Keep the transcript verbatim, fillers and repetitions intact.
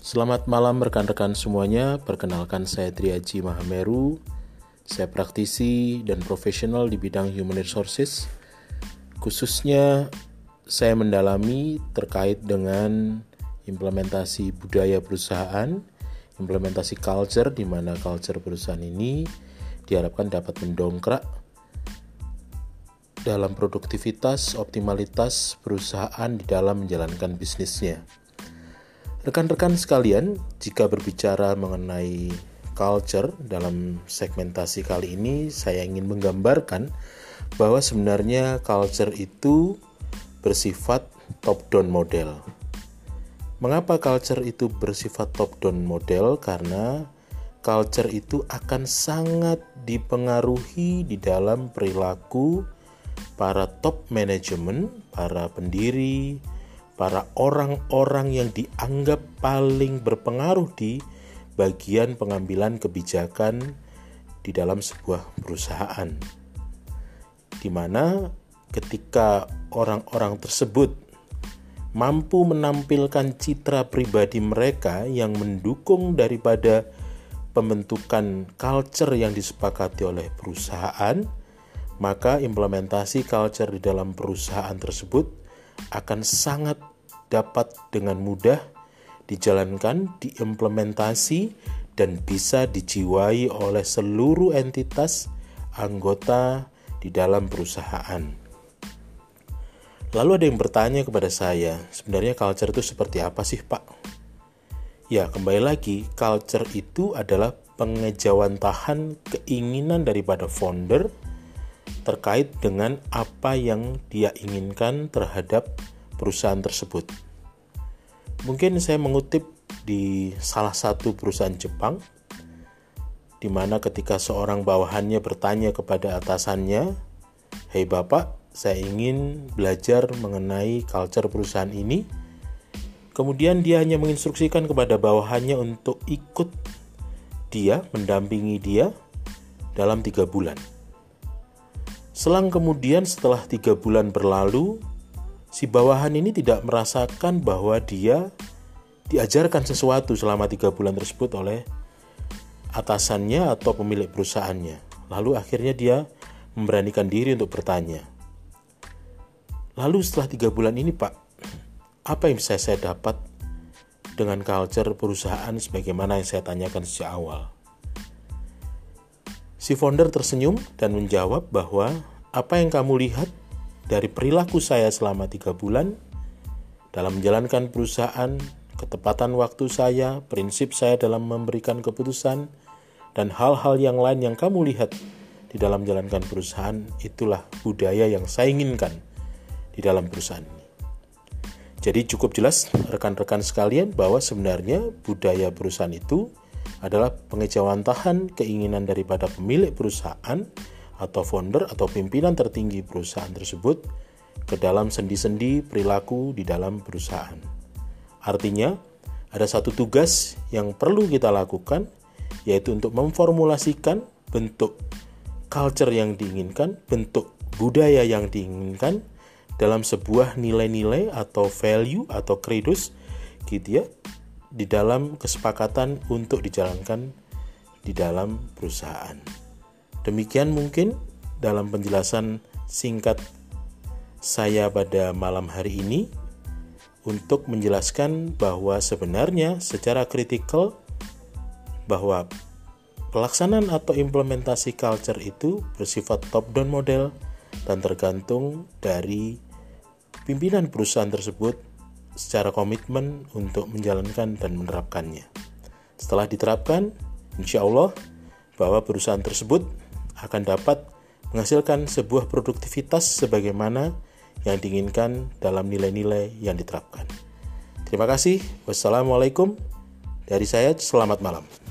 Selamat malam rekan-rekan semuanya, perkenalkan saya Triaji Mahameru. Saya praktisi dan profesional di bidang Human Resources. Khususnya saya mendalami terkait dengan implementasi budaya perusahaan, implementasi culture, di mana culture perusahaan ini diharapkan dapat mendongkrak dalam produktivitas, optimalitas perusahaan di dalam menjalankan bisnisnya. Rekan-rekan sekalian, jika berbicara mengenai culture dalam segmentasi kali ini, saya ingin menggambarkan bahwa sebenarnya culture itu bersifat top-down model. Mengapa culture itu bersifat top-down model? Karena culture itu akan sangat dipengaruhi di dalam perilaku para top management, para pendiri, para orang-orang yang dianggap paling berpengaruh di bagian pengambilan kebijakan di dalam sebuah perusahaan. Di mana ketika orang-orang tersebut mampu menampilkan citra pribadi mereka yang mendukung daripada pembentukan culture yang disepakati oleh perusahaan, maka implementasi culture di dalam perusahaan tersebut akan sangat dapat dengan mudah dijalankan, diimplementasi, dan bisa dijiwai oleh seluruh entitas anggota di dalam perusahaan. Lalu ada yang bertanya kepada saya, sebenarnya culture itu seperti apa sih Pak? Ya, kembali lagi, culture itu adalah pengejawantahan keinginan daripada founder terkait dengan apa yang dia inginkan terhadap perusahaan tersebut. Mungkin saya mengutip di salah satu perusahaan Jepang, di mana ketika seorang bawahannya bertanya kepada atasannya, "Hei Bapak, saya ingin belajar mengenai culture perusahaan ini." Kemudian dia hanya menginstruksikan kepada bawahannya untuk ikut dia, mendampingi dia dalam tiga bulan. Selang kemudian setelah tiga bulan berlalu, si bawahan ini tidak merasakan bahwa dia diajarkan sesuatu selama tiga bulan tersebut oleh atasannya atau pemilik perusahaannya. Lalu akhirnya dia memberanikan diri untuk bertanya, "Lalu setelah tiga bulan ini Pak, apa yang bisa saya dapat dengan culture perusahaan sebagaimana yang saya tanyakan sejak awal?" Si founder tersenyum dan menjawab bahwa apa yang kamu lihat dari perilaku saya selama tiga bulan dalam menjalankan perusahaan, ketepatan waktu saya, prinsip saya dalam memberikan keputusan, dan hal-hal yang lain yang kamu lihat di dalam menjalankan perusahaan, itulah budaya yang saya inginkan di dalam perusahaan ini. Jadi cukup jelas rekan-rekan sekalian bahwa sebenarnya budaya perusahaan itu adalah pengejawantahan keinginan daripada pemilik perusahaan atau founder atau pimpinan tertinggi perusahaan tersebut ke dalam sendi-sendi perilaku di dalam perusahaan. Artinya, ada satu tugas yang perlu kita lakukan, yaitu untuk memformulasikan bentuk culture yang diinginkan, bentuk budaya yang diinginkan dalam sebuah nilai-nilai atau value atau credos gitu ya, di dalam kesepakatan untuk dijalankan di dalam perusahaan. Demikian mungkin dalam penjelasan singkat saya pada malam hari ini untuk menjelaskan bahwa sebenarnya secara kritikal bahwa pelaksanaan atau implementasi culture itu bersifat top-down model dan tergantung dari pimpinan perusahaan tersebut secara komitmen untuk menjalankan dan menerapkannya. Setelah diterapkan, insya Allah bahwa perusahaan tersebut akan dapat menghasilkan sebuah produktivitas sebagaimana yang diinginkan dalam nilai-nilai yang diterapkan. Terima kasih. Wassalamualaikum. Dari saya, selamat malam.